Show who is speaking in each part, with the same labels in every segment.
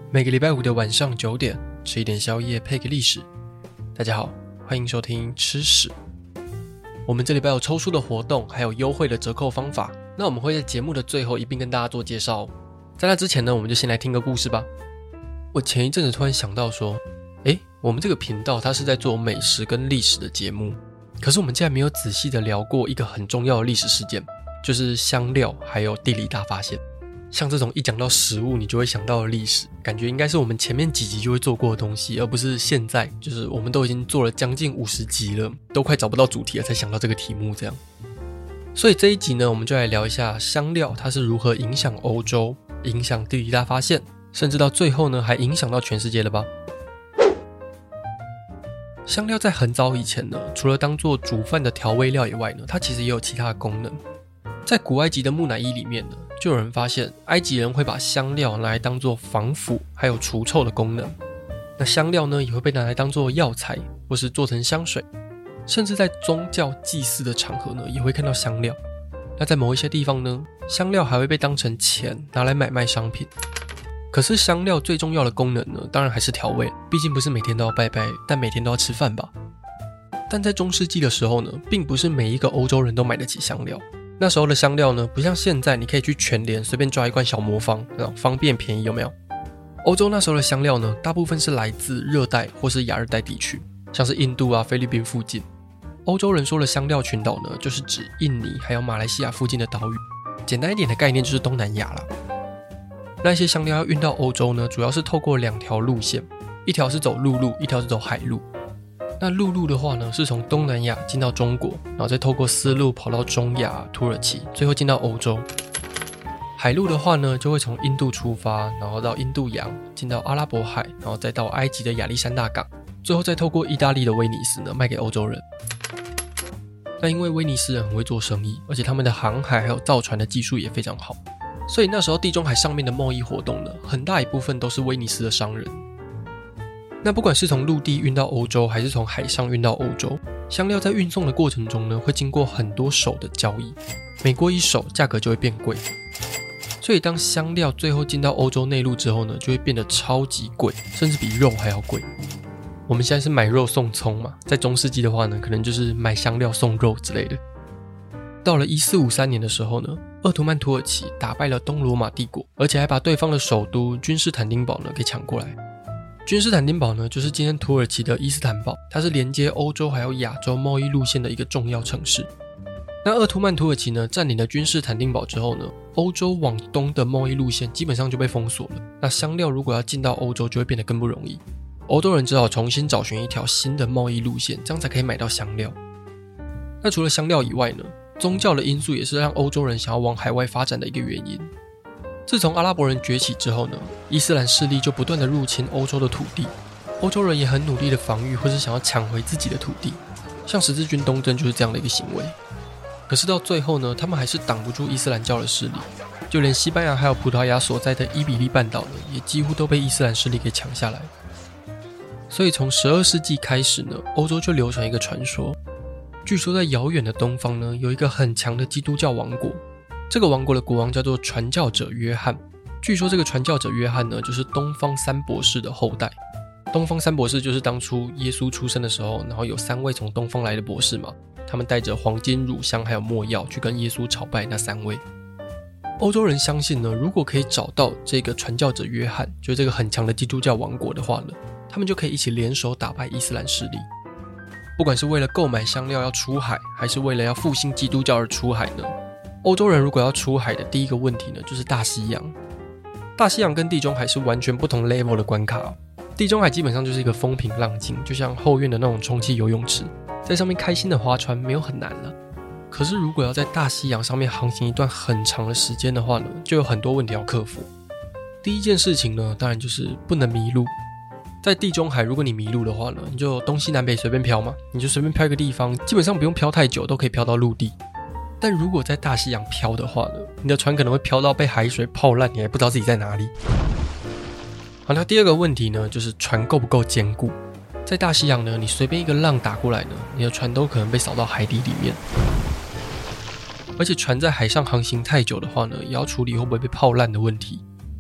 Speaker 1: 每个礼拜五的晚上9点，吃一点宵夜配个历史。大家好，欢迎收听吃史。我们这礼拜有抽书的活动，还有优惠的折扣方法。那我们会在节目的最后一并跟大家做介绍哦。在那之前呢，我们就先来听个故事吧。我前一阵子突然想到说，我们这个频道它是在做美食跟历史的节目，可是我们竟然没有仔细的聊过一个很重要的历史事件，就是香料还有地理大发现。像这种一讲到食物你就会想到的历史，感觉应该是我们前面几集就会做过的东西，而不是现在就是我们都已经做了将近50集了，都快找不到主题了才想到这个题目这样。所以这一集呢，我们就来聊一下香料它是如何影响欧洲，影响地理大发现，甚至到最后呢还影响到全世界了吧。香料在很早以前呢，除了当做煮饭的调味料以外呢，它其实也有其他的功能。在古埃及的木乃伊里面呢，就有人发现埃及人会把香料拿来当做防腐还有除臭的功能。那香料呢也会被拿来当做药材，或是做成香水，甚至在宗教祭祀的场合呢也会看到香料。那在某一些地方呢，香料还会被当成钱拿来买卖商品。可是香料最重要的功能呢，当然还是调味，毕竟不是每天都要拜拜，但每天都要吃饭吧。但在中世纪的时候呢，并不是每一个欧洲人都买得起香料。那时候的香料呢，不像现在你可以去全联随便抓一罐小魔方，那种方便便宜，有没有？欧洲那时候的香料呢，大部分是来自热带或是亚热带地区，像是印度啊、菲律宾附近。欧洲人说的香料群岛呢，就是指印尼还有马来西亚附近的岛屿。简单一点的概念就是东南亚啦。那些香料要运到欧洲呢，主要是透过2条路线，一条是走陆路，一条是走海路。那陆路的话呢，是从东南亚进到中国，然后再透过丝路跑到中亚、土耳其，最后进到欧洲。海路的话呢，就会从印度出发，然后到印度洋，进到阿拉伯海，然后再到埃及的亚历山大港，最后再透过意大利的威尼斯呢，卖给欧洲人。那因为威尼斯人很会做生意，而且他们的航海还有造船的技术也非常好，所以那时候地中海上面的贸易活动呢，很大一部分都是威尼斯的商人。那不管是从陆地运到欧洲，还是从海上运到欧洲，香料在运送的过程中呢，会经过很多手的交易，每过一手价格就会变贵。所以当香料最后进到欧洲内陆之后呢，就会变得超级贵，甚至比肉还要贵。我们现在是买肉送葱嘛，在中世纪的话呢，可能就是买香料送肉之类的。到了1453年的时候呢，鄂图曼土耳其打败了东罗马帝国，而且还把对方的首都君士坦丁堡呢给抢过来。君士坦丁堡呢，就是今天土耳其的伊斯坦堡，它是连接欧洲还有亚洲贸易路线的一个重要城市。那鄂图曼土耳其呢，占领了君士坦丁堡之后呢，欧洲往东的贸易路线基本上就被封锁了。那香料如果要进到欧洲，就会变得更不容易。欧洲人只好重新找寻一条新的贸易路线，这样才可以买到香料。那除了香料以外呢，宗教的因素也是让欧洲人想要往海外发展的一个原因。自从阿拉伯人崛起之后呢，伊斯兰势力就不断的入侵欧洲的土地，欧洲人也很努力的防御或是想要抢回自己的土地，像十字军东征就是这样的一个行为。可是到最后呢，他们还是挡不住伊斯兰教的势力，就连西班牙还有葡萄牙所在的伊比利半岛呢，也几乎都被伊斯兰势力给抢下来。所以从12世纪开始呢，欧洲就流传一个传说，据说在遥远的东方呢，有一个很强的基督教王国。这个王国的国王叫做传教者约翰。据说这个传教者约翰呢，就是东方三博士的后代。东方三博士就是当初耶稣出生的时候，然后有3位从东方来的博士嘛，他们带着黄金、乳香还有没药去跟耶稣朝拜那3位。欧洲人相信呢，如果可以找到这个传教者约翰，就是这个很强的基督教王国的话呢，他们就可以一起联手打败伊斯兰势力。不管是为了购买香料要出海，还是为了要复兴基督教而出海呢，欧洲人如果要出海的第一个问题呢，就是大西洋。大西洋跟地中海是完全不同 level 的关卡。地中海基本上就是一个风平浪静，就像后院的那种充气游泳池，在上面开心的划船没有很难了。可是如果要在大西洋上面航行一段很长的时间的话呢，就有很多问题要克服。第一件事情呢，当然就是不能迷路。在地中海如果你迷路的话呢，你就东西南北随便飘嘛，你就随便飘一个地方，基本上不用飘太久都可以飘到陆地。但如果在大西洋飘的话呢，你的船可能会飘到被海水泡烂，你还不知道自己在哪里。好，那第二个问题呢，就是船够不够坚固。在大西洋呢，你随便一个浪打过来呢，你的船都可能被扫到海底里面。而且船在海上航行太久的话呢，也要处理会不会被泡烂的问题。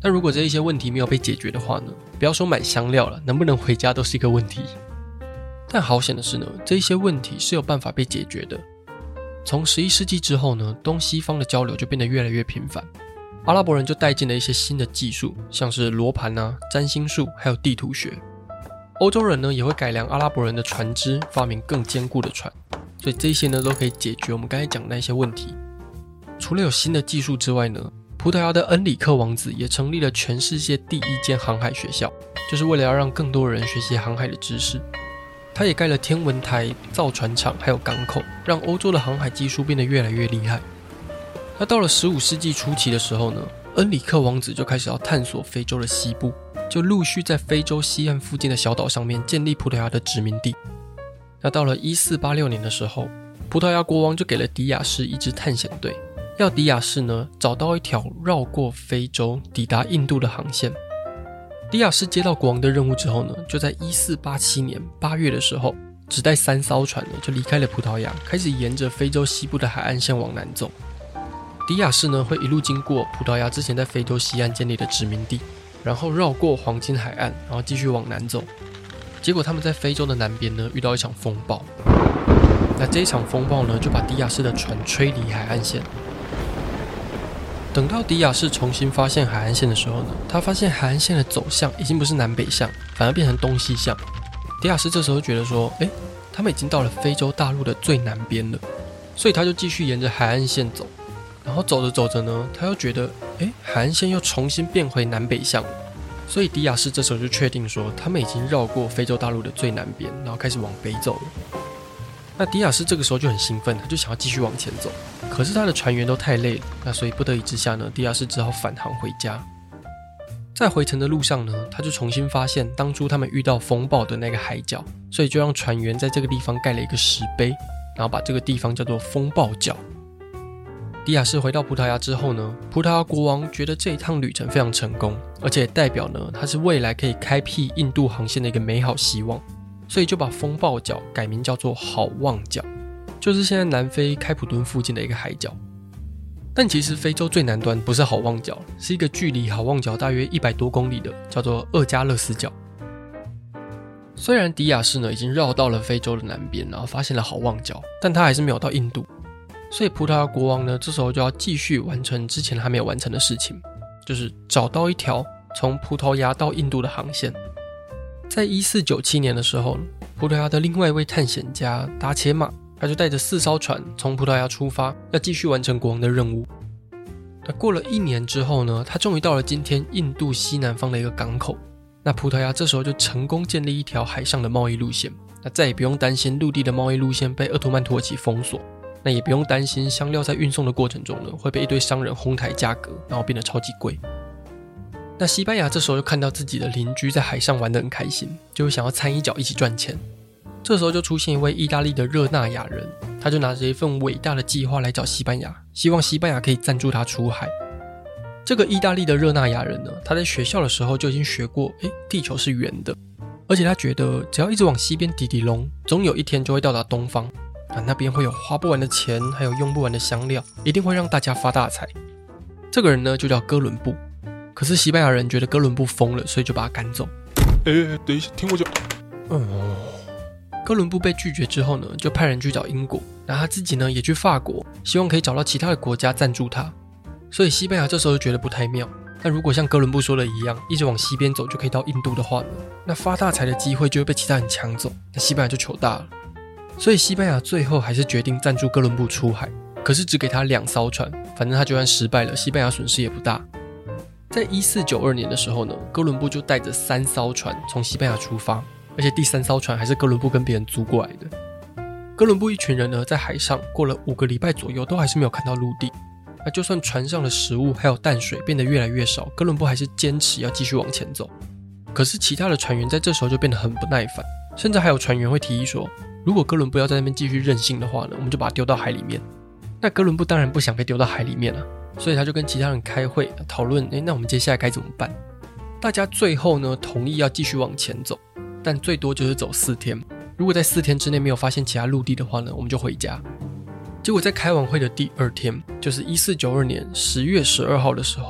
Speaker 1: 但如果这一些问题没有被解决的话呢，不要说买香料了，能不能回家都是一个问题。但好险的是呢，这一些问题是有办法被解决的。从11世纪之后呢，东西方的交流就变得越来越频繁，阿拉伯人就带进了一些新的技术，像是罗盘啊、占星术还有地图学。欧洲人呢也会改良阿拉伯人的船只，发明更坚固的船，所以这些呢都可以解决我们刚才讲的那些问题。除了有新的技术之外呢，葡萄牙的恩里克王子也成立了全世界第一间航海学校，就是为了要让更多人学习航海的知识。他也盖了天文台、造船厂还有港口，让欧洲的航海技术变得越来越厉害。那到了15世纪初期的时候呢，恩里克王子就开始要探索非洲的西部，就陆续在非洲西岸附近的小岛上面建立葡萄牙的殖民地。那到了1486年的时候，葡萄牙国王就给了迪亚士一支探险队，要迪亚士呢找到一条绕过非洲抵达印度的航线。迪亚士接到国王的任务之后呢，就在1487年8月的时候，只带3艘船呢就离开了葡萄牙，开始沿着非洲西部的海岸线往南走。迪亚士呢会一路经过葡萄牙之前在非洲西岸建立的殖民地，然后绕过黄金海岸，然后继续往南走。结果他们在非洲的南边呢遇到一场风暴，那这一场风暴呢就把迪亚士的船吹离海岸线。等到迪亚士重新发现海岸线的时候呢，他发现海岸线的走向已经不是南北向，反而变成东西向。迪亚士这时候觉得说，他们已经到了非洲大陆的最南边了，所以他就继续沿着海岸线走。然后走着走着呢，他又觉得，海岸线又重新变回南北向了。所以迪亚士这时候就确定说，他们已经绕过非洲大陆的最南边，然后开始往北走了。那迪亚士这个时候就很兴奋，他就想要继续往前走，可是他的船员都太累了，那所以不得已之下呢，迪亚士只好返航回家。在回程的路上呢，他就重新发现当初他们遇到风暴的那个海角，所以就让船员在这个地方盖了一个石碑，然后把这个地方叫做风暴角。迪亚士回到葡萄牙之后呢，葡萄牙国王觉得这一趟旅程非常成功，而且代表呢他是未来可以开辟印度航线的一个美好希望，所以就把风暴角改名叫做好望角，就是现在南非开普敦附近的一个海角。但其实非洲最南端不是好望角，是一个距离好望角大约100多公里的叫做厄加勒斯角。虽然迪亚士呢已经绕到了非洲的南边，然后发现了好望角，但他还是没有到印度。所以葡萄牙国王呢这时候就要继续完成之前还没有完成的事情，就是找到一条从葡萄牙到印度的航线。在1497年的时候，葡萄牙的另外一位探险家达切马，他就带着4艘船从葡萄牙出发，要继续完成国王的任务。那过了1年之后呢，他终于到了今天印度西南方的一个港口。那葡萄牙这时候就成功建立一条海上的贸易路线，那再也不用担心陆地的贸易路线被鄂图曼土耳其封锁，那也不用担心香料在运送的过程中呢会被一堆商人哄抬价格，然后变得超级贵。那西班牙这时候就看到自己的邻居在海上玩得很开心，就会想要掺一脚一起赚钱。这时候就出现一位意大利的热那亚人，他就拿着一份伟大的计划来找西班牙，希望西班牙可以赞助他出海。这个意大利的热那亚人呢，他在学校的时候就已经学过，地球是圆的，而且他觉得只要一直往西边滴滴隆，总有一天就会到达东方。那边会有花不完的钱，还有用不完的香料，一定会让大家发大财。这个人呢就叫哥伦布，可是西班牙人觉得哥伦布疯了，所以就把他赶走。
Speaker 2: 等一下，听我讲。
Speaker 1: 哥伦布被拒绝之后呢，就派人去找英国，然后他自己呢也去法国，希望可以找到其他的国家赞助他。所以西班牙这时候就觉得不太妙，但如果像哥伦布说的一样，一直往西边走就可以到印度的话呢，那发大财的机会就会被其他人抢走，那西班牙就糗大了。所以西班牙最后还是决定赞助哥伦布出海，可是只给他2艘船，反正他就算失败了，西班牙损失也不大。在1492年的时候呢，哥伦布就带着3艘船从西班牙出发，而且第3艘船还是哥伦布跟别人租过来的。哥伦布一群人呢，在海上过了5个礼拜左右，都还是没有看到陆地。那就算船上的食物还有淡水变得越来越少，哥伦布还是坚持要继续往前走。可是其他的船员在这时候就变得很不耐烦，甚至还有船员会提议说，如果哥伦布要在那边继续任性的话呢，我们就把他丢到海里面。那哥伦布当然不想被丢到海里面了，所以他就跟其他人开会讨论，那我们接下来该怎么办？大家最后呢同意要继续往前走，但最多就是走4天。如果在4天之内没有发现其他陆地的话呢，我们就回家。结果在开完会的第2天，就是1492年10月12号的时候，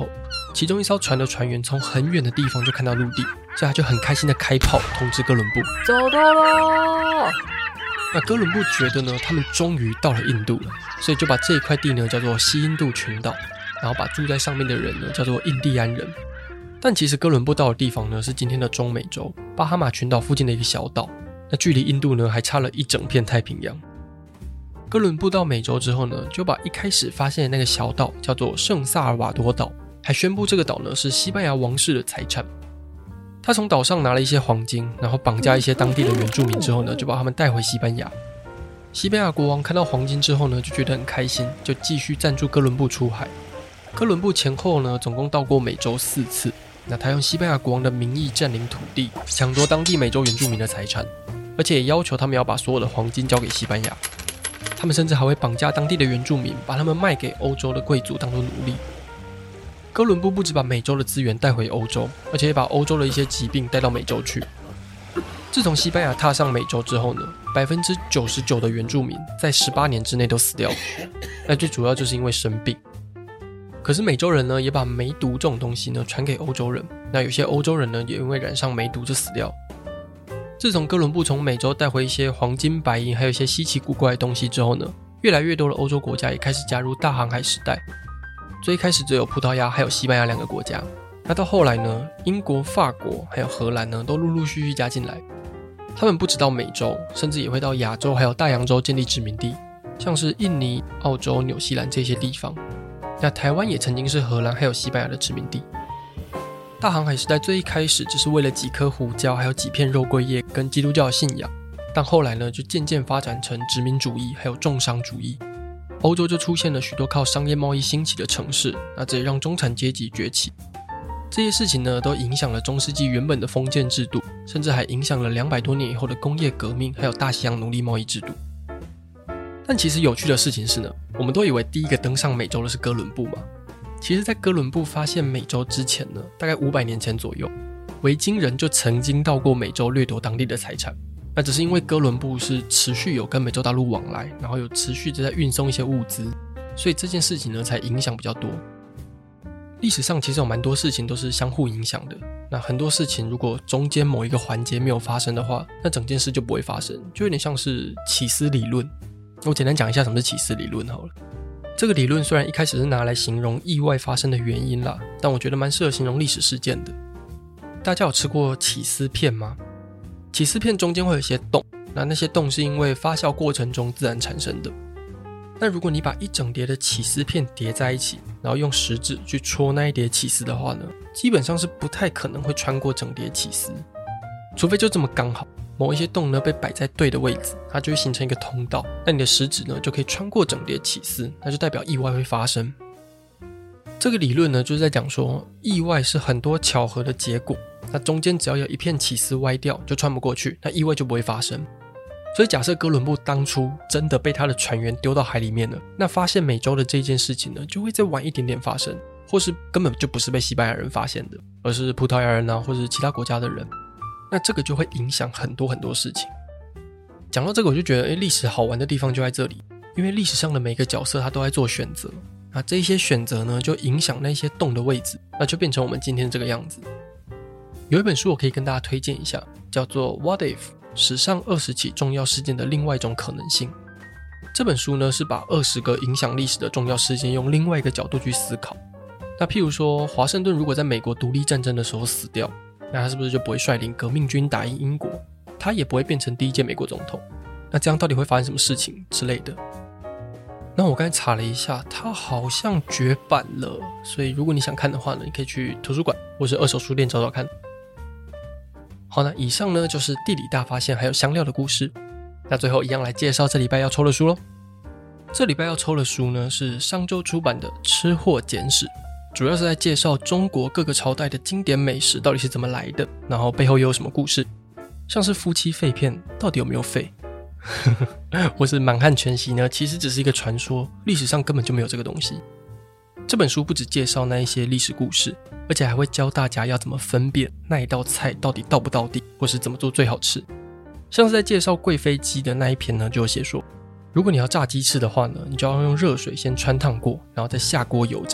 Speaker 1: 其中一艘船的船员从很远的地方就看到陆地，所以他就很开心的开炮通知哥伦布，
Speaker 3: 找到了。
Speaker 1: 那哥伦布觉得呢，他们终于到了印度了，所以就把这一块地呢叫做西印度群岛，然后把住在上面的人呢叫做印第安人。但其实哥伦布到的地方呢是今天的中美洲巴哈马群岛附近的一个小岛，那距离印度呢还差了一整片太平洋。哥伦布到美洲之后呢，就把一开始发现的那个小岛叫做圣萨尔瓦多岛，还宣布这个岛呢是西班牙王室的财产。他从岛上拿了一些黄金，然后绑架一些当地的原住民之后呢，就把他们带回西班牙。西班牙国王看到黄金之后呢，就觉得很开心，就继续赞助哥伦布出海。哥伦布前后呢，总共到过美洲4次。那他用西班牙国王的名义占领土地，抢夺当地美洲原住民的财产，而且也要求他们要把所有的黄金交给西班牙。他们甚至还会绑架当地的原住民，把他们卖给欧洲的贵族当作奴隶。哥伦布不只把美洲的资源带回欧洲，而且也把欧洲的一些疾病带到美洲去。自从西班牙踏上美洲之后呢，99%的原住民在18年之内都死掉了。那最主要就是因为生病。可是美洲人呢，也把梅毒这种东西呢传给欧洲人。那有些欧洲人呢，也因为染上梅毒就死掉。自从哥伦布从美洲带回一些黄金、白银，还有一些稀奇古怪的东西之后呢，越来越多的欧洲国家也开始加入大航海时代。最一开始只有葡萄牙还有西班牙2个国家，那到后来呢，英国、法国还有荷兰呢，都陆陆续续加进来。他们不只到美洲，甚至也会到亚洲还有大洋洲建立殖民地，像是印尼、澳洲、纽西兰这些地方。那台湾也曾经是荷兰还有西班牙的殖民地。大航海时代最一开始只是为了几颗胡椒还有几片肉桂叶跟基督教的信仰，但后来呢，就渐渐发展成殖民主义还有重商主义。欧洲就出现了许多靠商业贸易兴起的城市，那这也让中产阶级崛起。这些事情呢，都影响了中世纪原本的封建制度，甚至还影响了200多年以后的工业革命还有大西洋奴隶贸易制度。但其实有趣的事情是呢，我们都以为第一个登上美洲的是哥伦布嘛。其实在哥伦布发现美洲之前呢，大概500年前左右，维京人就曾经到过美洲掠夺当地的财产。那只是因为哥伦布是持续有跟美洲大陆往来，然后有持续在运送一些物资，所以这件事情呢才影响比较多。历史上其实有蛮多事情都是相互影响的，那很多事情如果中间某一个环节没有发生的话，那整件事就不会发生，就有点像是起司理论。我简单讲一下什么是起司理论好了。这个理论虽然一开始是拿来形容意外发生的原因啦，但我觉得蛮适合形容历史事件的。大家有吃过起司片吗？起司片中间会有一些洞，那些洞是因为发酵过程中自然产生的。那如果你把一整叠的起司片叠在一起，然后用食指去戳那一叠起司的话呢，基本上是不太可能会穿过整叠起司，除非就这么刚好某一些洞呢被摆在对的位置，它就会形成一个通道，那你的食指呢就可以穿过整叠起司，那就代表意外会发生。这个理论呢就是在讲说，意外是很多巧合的结果，那中间只要有一片起司歪掉就穿不过去，那意外就不会发生。所以假设哥伦布当初真的被他的船员丢到海里面了，那发现美洲的这件事情呢就会再晚一点点发生，或是根本就不是被西班牙人发现的，而是葡萄牙人啊，或是其他国家的人。那这个就会影响很多很多事情。讲到这个我就觉得历史好玩的地方就在这里，因为历史上的每个角色他都在做选择，那这些选择呢就影响那些洞的位置，那就变成我们今天这个样子。有一本书我可以跟大家推荐一下，叫做 What If？ 史上20起重要事件的另外一种可能性。这本书呢是把20个影响历史的重要事件用另外一个角度去思考。那譬如说华盛顿如果在美国独立战争的时候死掉，那他是不是就不会率领革命军打赢英国，他也不会变成第一届美国总统？那这样到底会发生什么事情之类的？那我刚才查了一下，他好像绝版了，所以如果你想看的话呢，你可以去图书馆或是二手书店找找看。好，那以上呢就是地理大发现还有香料的故事。那最后一样来介绍这礼拜要抽的书咯。这礼拜要抽的书呢是商周出版的《吃货简史》，主要是在介绍中国各个朝代的经典美食到底是怎么来的，然后背后又有什么故事，像是夫妻肺片到底有没有肺或是满汉全席呢其实只是一个传说，历史上根本就没有这个东西。这本书不只介绍那一些历史故事，而且还会教大家要怎么分辨那一道菜到底到不到地，或是怎么做最好吃。像是在介绍贵妃鸡的那一篇呢，就有写说，如果你要炸鸡翅的话呢，你就要用热水先穿烫过，然后再下锅油炸，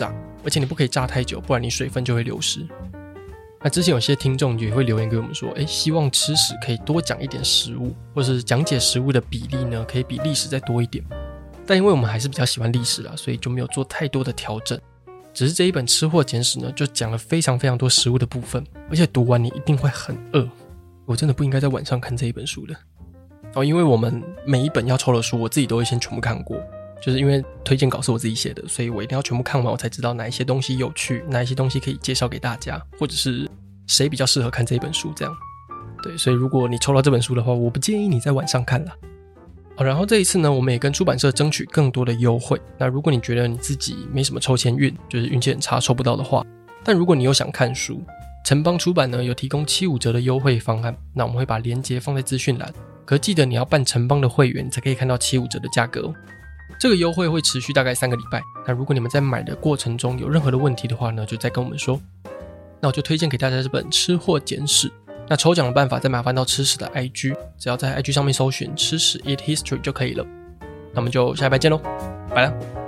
Speaker 1: 而且你不可以炸太久，不然你水分就会流失。那之前有些听众也会留言给我们说，希望吃史可以多讲一点食物，或是讲解食物的比例呢，可以比历史再多一点。但因为我们还是比较喜欢历史啦，所以就没有做太多的调整。只是这一本吃货简史呢，就讲了非常非常多食物的部分，而且读完你一定会很饿。我真的不应该在晚上看这一本书的。因为我们每一本要抽的书，我自己都会先全部看过。就是因为推荐稿是我自己写的，所以我一定要全部看完，我才知道哪一些东西有趣，哪一些东西可以介绍给大家，或者是谁比较适合看这一本书这样。对，所以如果你抽到这本书的话，我不建议你在晚上看啦。然后这一次呢，我们也跟出版社争取更多的优惠。那如果你觉得你自己没什么抽签运，就是运气很差抽不到的话，但如果你又想看书，城邦出版呢有提供75折的优惠方案，那我们会把链接放在资讯栏。可记得你要办城邦的会员才可以看到75折的价格哦。这个优惠会持续大概3个礼拜。那如果你们在买的过程中有任何的问题的话呢，就再跟我们说。那我就推荐给大家这本吃货简史。那抽奖的办法再麻烦到吃史的 IG， 只要在 IG 上面搜寻吃史 Eat History 就可以了。那我们就下礼拜见咯，拜了。